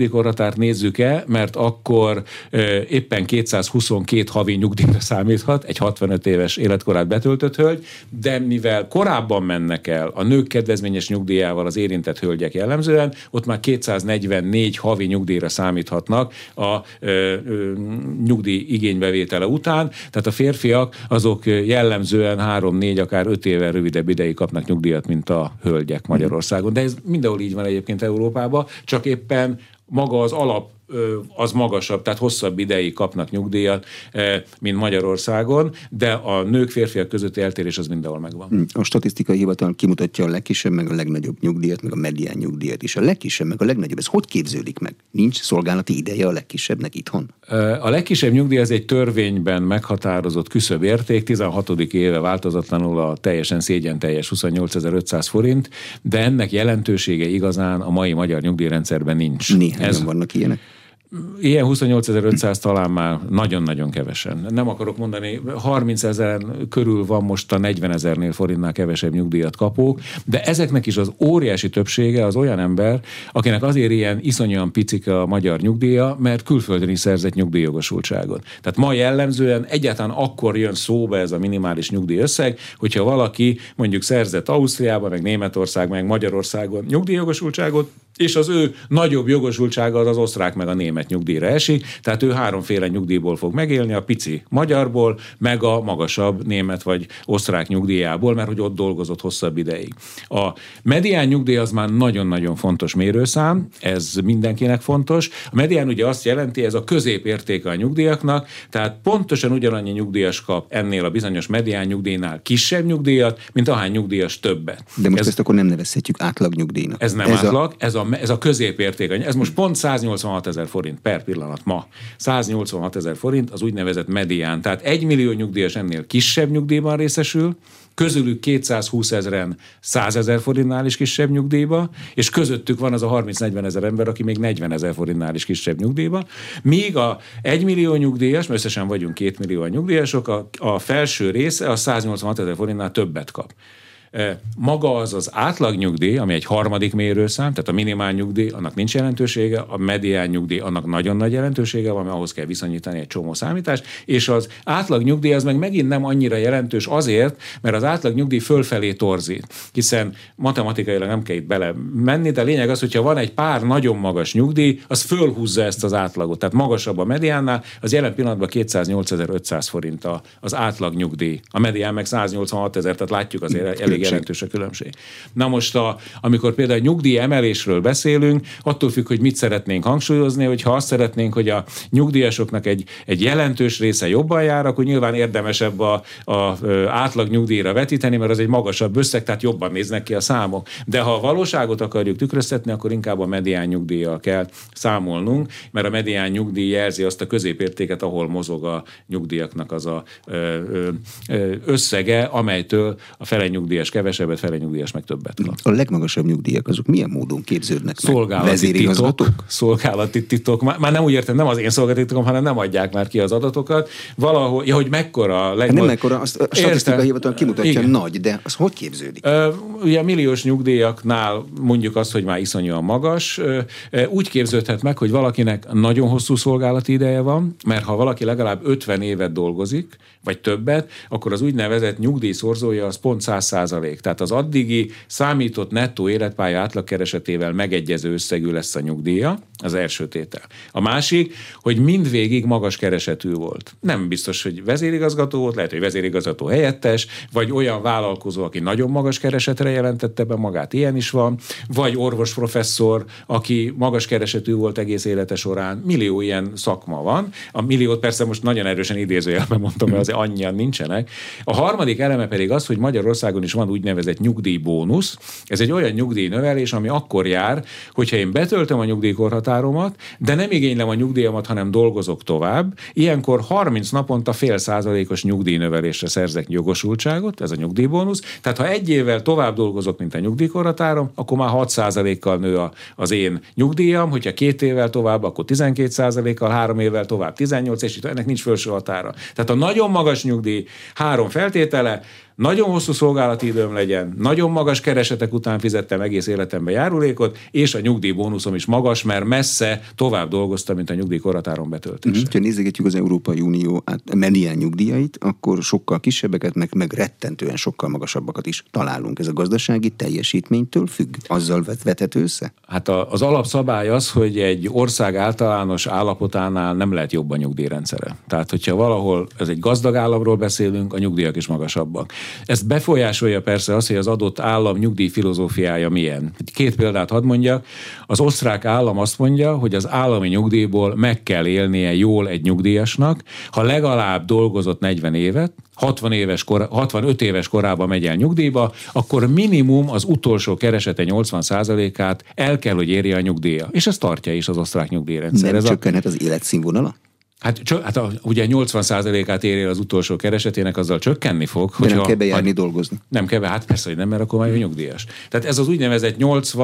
nyugdíjkorhatárt nézzük-e, mert akkor éppen 222 havi nyugdíjra számíthat egy 65 éves életkorát betöltött hölgy, de mivel korábban mennek el a nők kedvezményes nyugdíjával az érintett hölgyek jellemzően, ott már 244 havi nyugdíjra számíthatnak a nyugdíj igénybevétele után, tehát a férfiak azok jellemzően 3-4, akár 5 évvel rövidebb ideig kapnak nyugdíjat, mint a hölgyek Magyarországon. De ez mindenhol így van egyébként Európában, csak éppen maga az alap az magasabb, tehát hosszabb ideig kapnak nyugdíjat, mint Magyarországon, de a nők, férfiak közötti eltérés az mindenhol megvan. A statisztikai hivatal kimutatja a legkisebb, meg a legnagyobb nyugdíjat, meg a medián nyugdíjat is. A legkisebb, meg a legnagyobb, ez hogy képződik meg? Nincs szolgálati ideje a legkisebbnek itthon? A legkisebb nyugdíj az egy törvényben meghatározott küszöbérték, 16. éve változatlanul a teljesen szégyenteljes 28.500 forint, de ennek jelentősége igazán a mai magyar nyugdíjrendszerben nincs. Néhányan vannak ilyenek? Ilyen 28.500 talán már nagyon-nagyon kevesen. Nem akarok mondani, 30 000 körül van most a 40 000 forintnál kevesebb nyugdíjat kapók, de ezeknek is az óriási többsége az olyan ember, akinek azért ilyen iszonyúan picike a magyar nyugdíja, mert külföldön is szerzett nyugdíjjogosultságot. Tehát ma jellemzően egyáltalán akkor jön szóba ez a minimális nyugdíjösszeg, hogyha valaki mondjuk szerzett Ausztriában, meg Németország, meg Magyarországon nyugdíjjogosultságot, és az ő nagyobb jogosultsága az osztrák meg a német nyugdíjra esik, tehát ő háromféle nyugdíjból fog megélni, a pici magyarból, meg a magasabb német vagy osztrák nyugdíjából, mert hogy ott dolgozott hosszabb ideig. A medián nyugdíj az már nagyon-nagyon fontos mérőszám, ez mindenkinek fontos. A medián ugye azt jelenti, ez a középértéke a nyugdíjaknak, tehát pontosan ugyanannyi nyugdíjas kap ennél a bizonyos medián nyugdíjnál kisebb nyugdíjat, mint ahány nyugdíjas többet. De most ezt akkor nem nevezhetjük átlagnyugdíjnak. Ez nem átlag, ez a középérték. Ez most pont 186 000 forint per pillanat ma. 186 000 forint az úgynevezett medián. Tehát 1 millió nyugdíjas ennél kisebb nyugdíjban részesül, közülük 220 000-en 100 000 forintnál is kisebb nyugdíjba, és közöttük van az a 30-40 000 ember, aki még 40 000 forintnál is kisebb nyugdíjba, míg a 1 millió nyugdíjas, mert összesen vagyunk 2 millió nyugdíjasok, a felső része a 186 000 forintnál többet kap. Maga az átlagnyugdíj, ami egy harmadik mérőszám, tehát a minimál nyugdíj, annak nincs jelentősége, a medián nyugdíj, annak nagyon nagy jelentősége van, mert ahhoz kell viszonyítani egy csomó számítást, és az átlagnyugdíj az meg megint nem annyira jelentős azért, mert az átlagnyugdíj fölfelé torzít, hiszen matematikailag nem kell itt bele menni, de a lényeg az, hogyha van egy pár nagyon magas nyugdíj, az fölhúzza ezt az átlagot, tehát magasabb a mediánnál, az jelen pillanatban 208.500 forint az átlagnyugdíj, a medián meg 186 000, tehát látjuk azért elég jelentős a különbség. Na most, amikor például nyugdíj emelésről beszélünk, attól függ, hogy mit szeretnénk hangsúlyozni, hogyha azt szeretnénk, hogy a nyugdíjasoknak egy jelentős része jobban jár, akkor nyilván érdemesebb a átlag nyugdíjra vetíteni, mert az egy magasabb összeg, tehát jobban néznek ki a számok. De ha a valóságot akarjuk tükröztetni, akkor inkább a medián nyugdíjjal kell számolnunk, mert a medián nyugdíj jelzi azt a középértéket, ahol mozog a nyugdíjaknak az a összege, amelytől a fele nyugdíjas kevesebbet, fele nyugdíjas meg többet kap. A legmagasabb nyugdíjak azok milyen módon képződnek meg? Szolgálati titok. Már nem úgy értem, nem az én szolgálati titkom, hanem nem adják már ki az adatokat. Valahol, hogy mekkora a nem mekkora, a statisztikai hivatal kimutatja, igen. Nagy, de az hogy képződik? Ugye a milliós nyugdíjaknál mondjuk azt, hogy már iszonyúan magas. Úgy képződhet meg, hogy valakinek nagyon hosszú szolgálati ideje van, mert ha valaki legalább 50 évet dolgozik, vagy többet, akkor az úgynevezett nyugdíjszorzója az pont 100%. Tehát az addigi számított nettó életpálya átlagkeresetével megegyező összegű lesz a nyugdíja, az első tétel. A másik, hogy mindvégig magas keresetű volt. Nem biztos, hogy vezérigazgató volt, lehet, hogy vezérigazgató helyettes, vagy olyan vállalkozó, aki nagyon magas keresetre jelentette be magát, ilyen is van, vagy orvosprofesszor, aki magas keresetű volt egész élete során. Millió ilyen szakma van. A milliót persze most nagyon erősen idézőjelben mondtam, mert azért annyian nincsenek. A harmadik eleme pedig az, hogy Magyarországon is van úgynevezett nyugdíjbónusz. Ez egy olyan nyugdíjnövelés, ami akkor jár, hogyha én betöltöm a nyugdíjkorhatáromat, de nem igénylem a nyugdíjamat, hanem dolgozok tovább. Ilyenkor 30 naponta 0,5%-os nyugdíjnövelésre szerzek jogosultságot, ez a nyugdíjbónusz. Tehát ha egy évvel tovább dolgozok, mint a nyugdíjkorhatárom, akkor már 6%-kal nő az én nyugdíjam, hogyha 2 évvel tovább, akkor 12%-kal, 3 évvel tovább 18%, és ennek nincs felső határa. Tehát a nagyon magas nyugdíj 3 feltétele, nagyon hosszú szolgálati időm legyen, nagyon magas keresetek után fizettem egész életemben járulékot, és a nyugdíjbónuszom is magas, mert messze tovább dolgoztam, mint a nyugdíjkorhatáron betöltése. Ha nézegetjük az Európai Unió medián nyugdíjait, akkor sokkal kisebbeket, meg rettentően sokkal magasabbakat is találunk. Ez a gazdasági teljesítménytől függ? Azzal vethető össze? Hát az alapszabály az, hogy egy ország általános állapotánál nem lehet jobb a nyugdíjrendszere. Tehát, hogyha valahol ez egy gazdag államról beszélünk, a nyugdíjak is magasabbak. Ezt befolyásolja persze az, hogy az adott állam nyugdíj filozófiája milyen. 2 példát hadd mondjak. Az osztrák állam azt mondja, hogy az állami nyugdíjból meg kell élnie jól egy nyugdíjasnak, ha legalább dolgozott 40 évet, 65 éves korában megy el nyugdíjba, akkor minimum az utolsó keresete 80%-át el kell, hogy érje a nyugdíja. És ez tartja is az osztrák nyugdíjrendszer. Nem csökkenhet az életszínvonala? Hát ugye 80%-át éri az utolsó keresetének, azzal csökkenni fog. De nem kell bejárni dolgozni. Nem kell, hát persze, hogy nem, mert akkor már ő nyugdíjas. Tehát ez az úgynevezett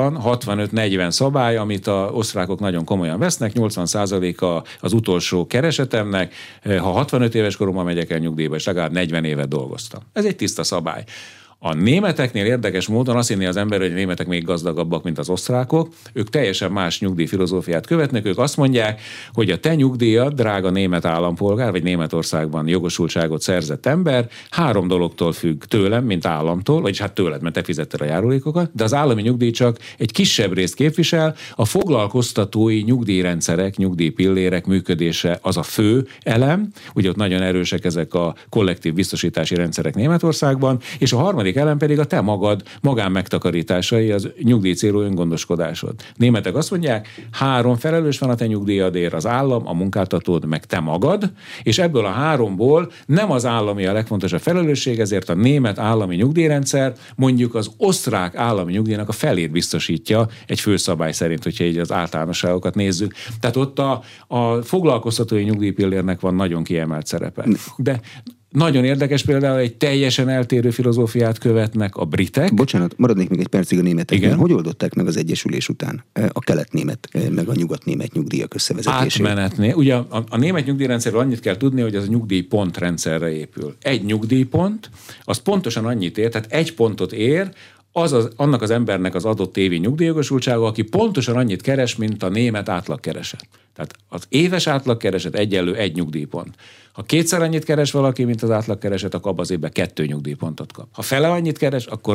80-65-40 szabály, amit az osztrákok nagyon komolyan vesznek, 80%-a az utolsó keresetemnek, ha 65 éves koromban megyek el nyugdíjba, és legalább 40 évet dolgoztam. Ez egy tiszta szabály. A németeknél érdekes módon azt hinné az ember, hogy a németek még gazdagabbak, mint az osztrákok. Ők teljesen más nyugdíjfilozófiát követnek. Ők azt mondják, hogy a te nyugdíjad, drága német állampolgár, vagy Németországban jogosultságot szerzett ember, 3 dologtól függ: tőlem, mint államtól, vagyis hát tőled, mert te fizetted a járulékokat, de az állami nyugdíj csak egy kisebb részt képvisel, a foglalkoztatói nyugdíjrendszerek, nyugdíjpillérek működése az a fő elem, ugye ott nagyon erősek ezek a kollektív biztosítási rendszerek Németországban, és a harmadik elem pedig a te magad magánmegtakarításai, az nyugdíjcélú öngondoskodásod. Németek azt mondják, 3 felelős van a te nyugdíjadért: az állam, a munkáltatód, meg te magad, és ebből a 3-ból nem az állami a legfontosabb felelősség, ezért a német állami nyugdíjrendszer mondjuk az osztrák állami nyugdíjnak a felét biztosítja egy főszabály szerint, hogyha így az általánosságokat nézzük. Tehát ott a foglalkoztatói nyugdíjpillérnek van nagyon kiemelt szerepe. De nagyon érdekes, például egy teljesen eltérő filozófiát követnek a britek. Bocsánat, maradnék még egy percig a németeknél. Hogy oldották meg az egyesülés után a kelet-német, meg a nyugat-német nyugdíjak összevezetését? Átmenetnél. Ugye a német nyugdíjrendszerről annyit kell tudni, hogy az a nyugdíjpont rendszerre épül. Egy nyugdíjpont, az pontosan annyit ér, tehát 1 pontot ér, annak az embernek az adott évi nyugdíjjogosultsága, aki pontosan annyit keres, mint a német átlagkereset. Tehát az éves átlagkereset egyenlő 1 nyugdíjpont. Ha 2-szer annyit keres valaki, mint az átlagkereset, akkor abban az évben 2 nyugdíjpontot kap. Ha fele annyit keres, akkor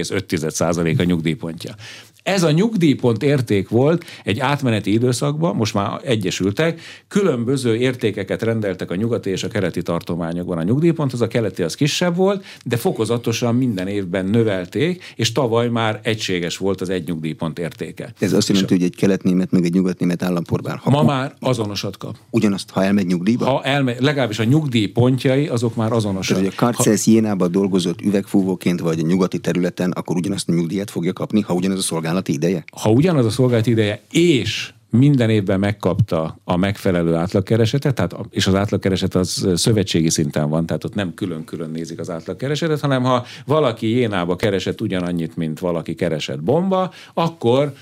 0,5% a nyugdíjpontja. Ez a nyugdíjpont érték volt egy átmeneti időszakban, most már egyesültek, különböző értékeket rendeltek a nyugati és a keleti tartományokban. A nyugdíjpont, az a keleti az kisebb volt, de fokozatosan minden évben növelték, és tavaly már egységes volt az 1 nyugdíjpont értéke. Ez azt jelenti, hogy egy kelet-német meg egy nyugat-német állampolgár ma már azonosat kap. Ugyanazt, ha elmegy nyugdíjba? Legalábbis a nyugdíjpontjai azok már azonosak. Tehát, hogy a Carcels Jénában dolgozott üvegfúvóként vagy a nyugati területen, akkor ugyanazt a nyugdíjat fogja kapni, ha ugyanaz a szolgálati ideje? Ha ugyanaz a szolgálati ideje, és minden évben megkapta a megfelelő átlagkeresetet, és az átlagkereset az szövetségi szinten van, tehát ott nem külön-külön nézik az átlagkeresetet, hanem ha valaki Jénába keresett ugyanannyit, mint valaki keresett Bomba, akkor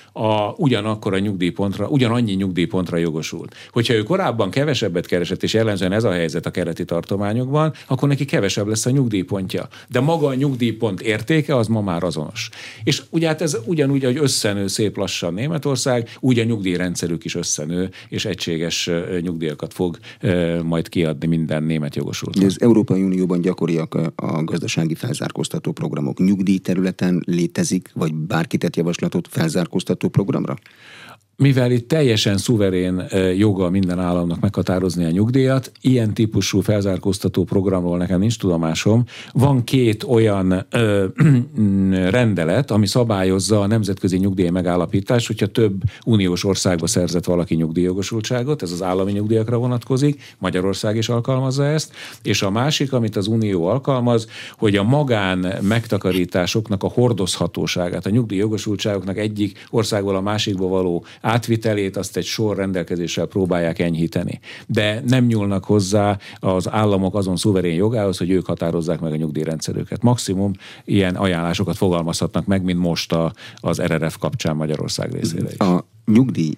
ugyanannyi nyugdíjpontra jogosult. Hogyha ő korábban kevesebbet keresett, és jellemzően ez a helyzet a keleti tartományokban, akkor neki kevesebb lesz a nyugdíjpontja. De maga a nyugdíjpont értéke az ma már azonos. És ugye hát ez ugyanúgy, hogy összenő szép lassan Németország, úgy a nyugdíjrendszer is összenő, és egységes nyugdíjakat fog majd kiadni minden német jogosult. Az Európai Unióban gyakoriak a gazdasági felzárkóztató programok. Nyugdíjterületen létezik, vagy bárki tett javaslatot felzárkóztató programra? Mivel itt teljesen szuverén joga minden államnak meghatározni a nyugdíjat, ilyen típusú felzárkóztató programról nekem nincs tudomásom. Van 2 olyan rendelet, ami szabályozza a nemzetközi nyugdíj megállapítást, hogyha több uniós országba szerzett valaki nyugdíjjogosultságot, ez az állami nyugdíjakra vonatkozik, Magyarország is alkalmazza ezt, és a másik, amit az Unió alkalmaz, hogy a magán megtakarításoknak a hordozhatóságát, a nyugdíjjogosultságoknak egyik országból a másikba való átvitelét azt egy sor rendelkezéssel próbálják enyhíteni. De nem nyúlnak hozzá az államok azon szuverén jogához, hogy ők határozzák meg a nyugdíjrendszerüket. Maximum ilyen ajánlásokat fogalmazhatnak meg, mint most az RRF kapcsán Magyarország részére is. A nyugdíj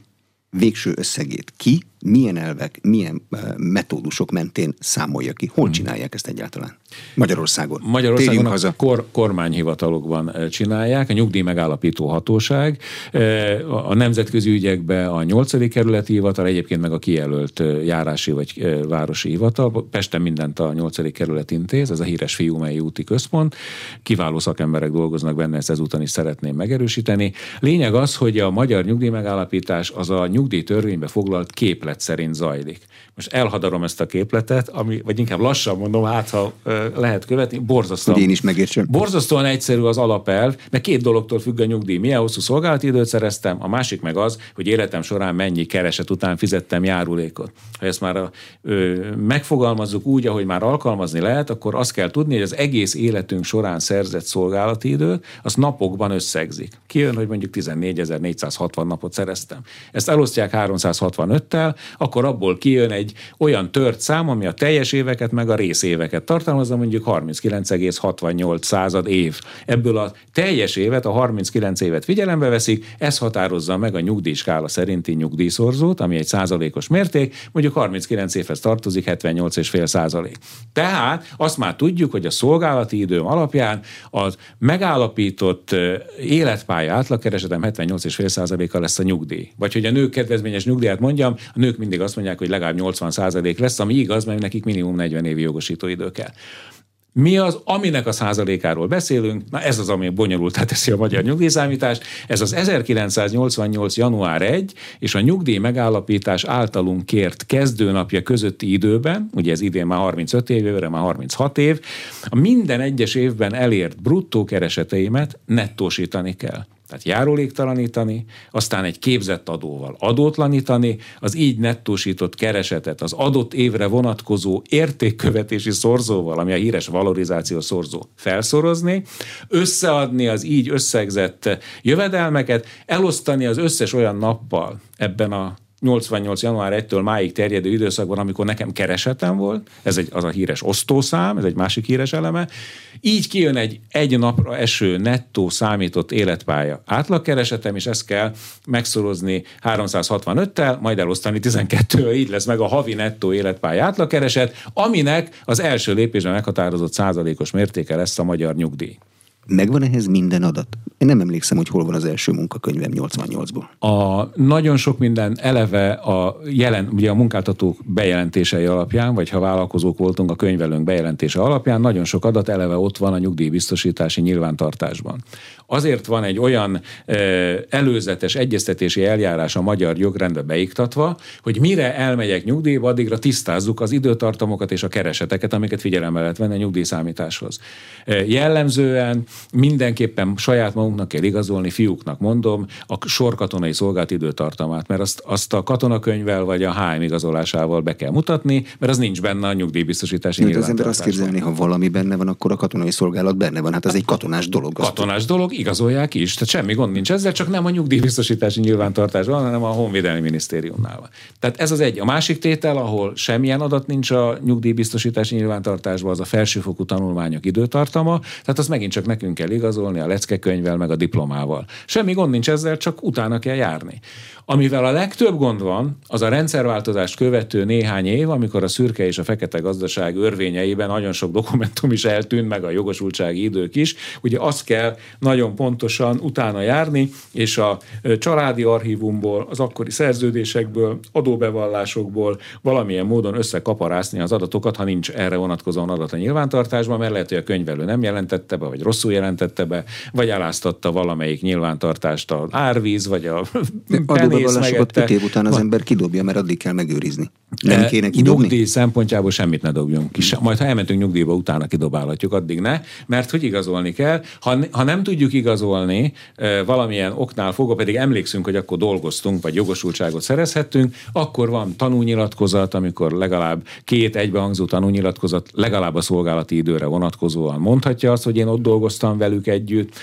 végső összegét ki, milyen elvek, milyen metódusok mentén számolja ki? Hol csinálják ezt egyáltalán? Magyarországon. Magyarországon a kormányhivatalokban csinálják, a nyugdíj megállapító hatóság, a nemzetközi ügyekben a 8. kerületi hivatal, egyébként meg a kijelölt járási vagy városi hivatal. Pesten mindent a 8. kerület intéz, ez a híres Fiumei úti központ. Kiváló szakemberek dolgoznak benne, ezt ezúton is szeretném megerősíteni. Lényeg az, hogy a magyar nyugdíj megállapítás az a nyugdíjtörvénybe foglalt képlet szerint zajlik. Most elhadarom ezt a képletet, vagy inkább lassan mondom, hát ha lehet követni, borzasztóan. Hogy én is megértsem. Borzasztóan egyszerű az alapelv, mert 2 dologtól függ a nyugdíj. Milyen hosszú szolgálati időt szereztem, a másik meg az, hogy életem során mennyi kereset után fizettem járulékot. Ha ezt már megfogalmazzuk úgy, ahogy már alkalmazni lehet, akkor azt kell tudni, hogy az egész életünk során szerzett szolgálati időt, az napokban összegzik. Kijön, hogy mondjuk 14.460 napot szereztem. Ezt elosztják 365-tel, akkor abból kijön egy olyan tört szám, ami a teljes éveket meg a részéveket tartalmazza, mondjuk 39,68 év. Ebből a teljes évet, a 39 évet figyelembe veszik, ez határozza meg a nyugdíjskála szerinti nyugdíjszorzót, ami egy százalékos mérték, mondjuk 39 évhez tartozik 78,5%. Tehát azt már tudjuk, hogy a szolgálati időm alapján az megállapított életpálya átlagkeresetem 78,5%-a lesz a nyugdíj. Vagy hogy a nők kedvezményes nyugdíját mondjam, a nők mindig azt mondják, hogy legalább 80% lesz, ami igaz, mert nekik minimum 40 évi jogosítóidő kell. Mi az, aminek a százalékáról beszélünk? Na ez az, ami bonyolultá teszi a magyar nyugdíjszámítást. Ez az 1988. január 1 és a nyugdíj megállapítás általunk kért kezdőnapja közötti időben, ugye ez idén már 35 év, jövőre már 36 év, a minden egyes évben elért bruttó kereseteimet nettósítani kell. Tehát járuléktalanítani, aztán egy képzett adóval adótlanítani, az így nettósított keresetet az adott évre vonatkozó értékkövetési szorzóval, ami a híres valorizációs szorzó, felszorozni, összeadni az így összegzett jövedelmeket, elosztani az összes olyan nappal ebben a 88. január 1-től máig terjedő időszakban, amikor nekem keresetem volt, az a híres osztószám, ez egy másik híres eleme, így kijön egy napra eső nettó számított életpálya átlagkeresetem, és ezt kell megszorozni 365-tel, majd elosztani 12-vel, így lesz meg a havi nettó életpálya átlagkereset, aminek az első lépésben meghatározott százalékos mértéke lesz a magyar nyugdíj. Megvan ehhez minden adat? Én nem emlékszem, hogy hol van az első munkakönyvem 88-ból. Nagyon sok minden eleve ugye a munkáltatók bejelentései alapján, vagy ha vállalkozók voltunk, a könyvelőnk bejelentése alapján, nagyon sok adat eleve ott van a nyugdíjbiztosítási nyilvántartásban. Azért van egy olyan előzetes egyeztetési eljárás a magyar jogrendbe beiktatva, hogy mire elmegyek nyugdíjba, addigra tisztázzuk az időtartamokat és a kereseteket, amiket figyelembe lehet venni a nyugdíjszámításhoz. Jellemzően mindenképpen saját magunknak kell igazolni, fiúknak mondom, a sorkatonai szolgált időtartamát, mert azt a katonakönyvvel vagy a HM igazolásával be kell mutatni, mert az nincs benne a nyugdíjbiztosítási nyilvántartásban. Az ember azt képzelni, ha valami benne van, akkor a katonai szolgálat benne van. Hát az egy katonás dolog. Katonás dolog, igazolják is. Tehát semmi gond nincs ezzel, csak nem a nyugdíjbiztosítási nyilvántartásban, hanem a Honvédelmi Minisztériumnál. Tehát ez az egy. A másik tétel, ahol semmilyen adat nincs a nyugdíjbiztosítási nyilvántartásban, az a felsőfokú tanulmányok időtartama. Tehát az megint csak nekünk kell igazolni a leckekönyvvel, meg a diplomával. Semmi gond nincs ezzel, csak utána kell járni. Amivel a legtöbb gond van, az a rendszerváltozást követő néhány év, amikor a szürke és a fekete gazdaság örvényeiben nagyon sok dokumentum is eltűnt, meg a jogosultsági idők is. Ugye azt kell nagyon pontosan utána járni, és a családi archívumból, az akkori szerződésekből, adóbevallásokból valamilyen módon összekaparászni az adatokat, ha nincs erre vonatkozóan adat a nyilvántartásban, mert lehet, hogy a könyvelő nem jelentette be, vagy rosszul jelentette be, vagy eláztatta valamelyik nyilvántartást az árvíz, vagy a adóbevallásokat 5 év után az ember kidobja, mert addig kell megőrizni. Nem kéne kidobni? Nyugdíj szempontjából semmit ne dobjunk ki. Majd ha elmentünk nyugdíjba, utána kidobálhatjuk, addig ne, mert hogy igazolni kell. Ha nem tudjuk igazolni valamilyen oknál fogva, pedig emlékszünk, hogy akkor dolgoztunk, vagy jogosultságot szerezhettünk, akkor van tanúnyilatkozat, amikor legalább 2 egybehangzó tanúnyilatkozat legalább a szolgálati időre vonatkozóan mondhatja azt, hogy én ott dolgoztam velük együtt.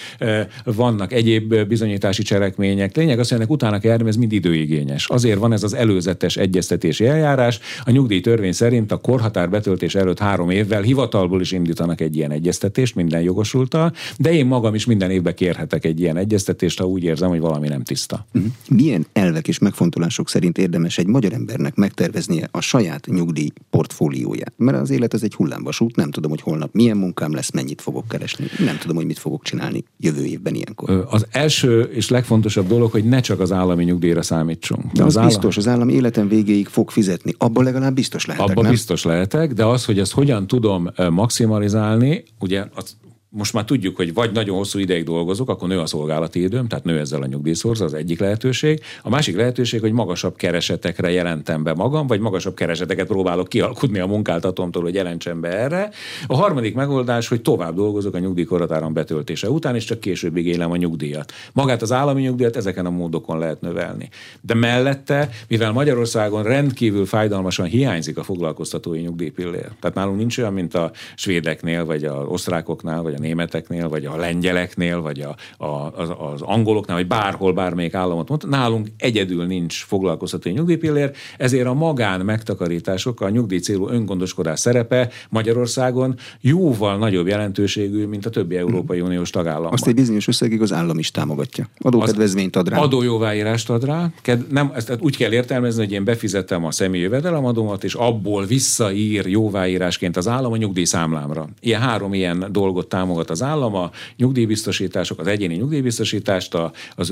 vannak egyéb bizonyítási cselekmények. Lényeg az, hogy ennek utána kell járni, ez mind időigényes. Azért van ez az előzetes egyeztetési eljárás. A nyugdíjtörvény szerint a korhatár betöltés előtt 3 évvel hivatalból is indítanak egy ilyen egyeztetést minden jogosulttal, de én magam is minden évben kérhetek egy ilyen egyeztetést, ha úgy érzem, hogy valami nem tiszta. Milyen elvek és megfontolások szerint érdemes egy magyar embernek megterveznie a saját nyugdíj portfólióját? Mert az élet az egy hullámvasút, nem tudom, hogy holnap milyen munkám lesz, mennyit fogok keresni, nem tudom, hogy mit fogok csinálni jövő évben ilyenkor. Az első és legfontosabb dolog, hogy ne csak az állami nyugdíjra számítsunk. De az biztos, az állam életem végéig fog fizetni. Abban legalább biztos lehetek, abban nem? biztos lehetek, de az, hogy ezt hogyan tudom maximalizálni, ugye most már tudjuk, hogy vagy nagyon hosszú ideig dolgozok, akkor nő a szolgálati időm, tehát nő ezzel a nyugdíjszorza, az egyik lehetőség. A másik lehetőség, hogy magasabb keresetekre jelentem be magam, vagy magasabb kereseteket próbálok kialkudni a munkáltatómtól, hogy jelentsem be erre. A harmadik megoldás, hogy tovább dolgozok a nyugdíjkorhatáron betöltése után, és csak később igénylem a nyugdíjat. Magát az állami nyugdíjat ezeken a módokon lehet növelni. De mellette, mivel Magyarországon rendkívül fájdalmasan hiányzik a foglalkoztatói nyugdíjpillér. Tehát nálunk nincs olyan, mint a svédeknél, vagy az osztrákoknál, vagy a németeknél, vagy a lengyeleknél, vagy az angoloknál, vagy bárhol, bármelyik államot mondta, nálunk egyedül nincs foglalkoztatói nyugdíjpillér, ezért a magán megtakarítások, a nyugdíj célú öngondoskodás szerepe Magyarországon jóval nagyobb jelentőségű, mint a többi Európai Uniós tagállamban. Azt egy bizonyos összegig az állam is támogatja. Adókedvezményt ad rá. Adójóváírást ad rá. Nem, ezt úgy kell értelmezni, hogy én befizetem a személyi jövedelemadómat, és abból visszaír jóváírásként az állam a nyugdíjszámlámra. 3 ilyen dolgot támogat az állam, a nyugdíjbiztosítások, az egyéni nyugdíjbiztosítást, az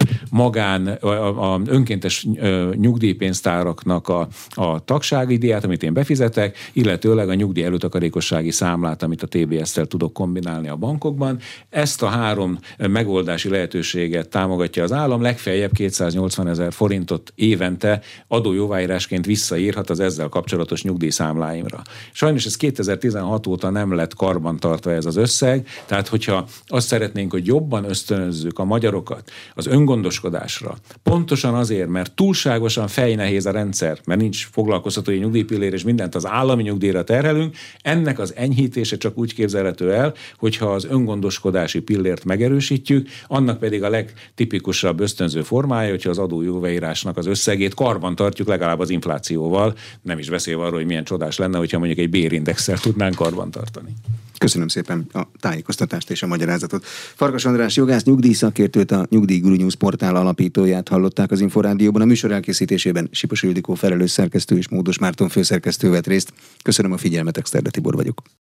önkéntes nyugdíjpénztáraknak a tagsági díját, amit én befizetek, illetőleg a nyugdíj előtakarékossági számlát, amit a TBS-tel tudok kombinálni a bankokban. Ezt a 3 megoldási lehetőséget támogatja az állam, legfeljebb 280 000 forintot évente adójóváírásként visszaírhat az ezzel kapcsolatos nyugdíjszámláimra. Sajnos ez 2016 óta nem lett karbantartva ez az összeg, tehát hogyha azt szeretnénk, hogy jobban ösztönözzük a magyarokat az öngondoskodásra, pontosan azért, mert túlságosan fejnehéz a rendszer, mert nincs foglalkoztatói nyugdíjpillér, és mindent az állami nyugdíjra terhelünk, ennek az enyhítése csak úgy képzelhető el, hogyha az öngondoskodási pillért megerősítjük, annak pedig a legtipikusabb ösztönző formája, hogyha az adójóváírásnak az összegét karban tartjuk legalább az inflációval, nem is beszélve arról, hogy milyen csodás lenne, hogyha mondjuk egy bérindexsel tudnánk karban tartani. Köszönöm szépen a tájékoztatást és a magyarázatot. Farkas András jogász, nyugdíjszakértőt, a Nyugdíj Guru News portál alapítóját hallották az Inforádióban. A műsor elkészítésében Sipos Ildikó felelős szerkesztő és Módos Márton főszerkesztő vett részt. Köszönöm a figyelmet, Exterde Tibor vagyok.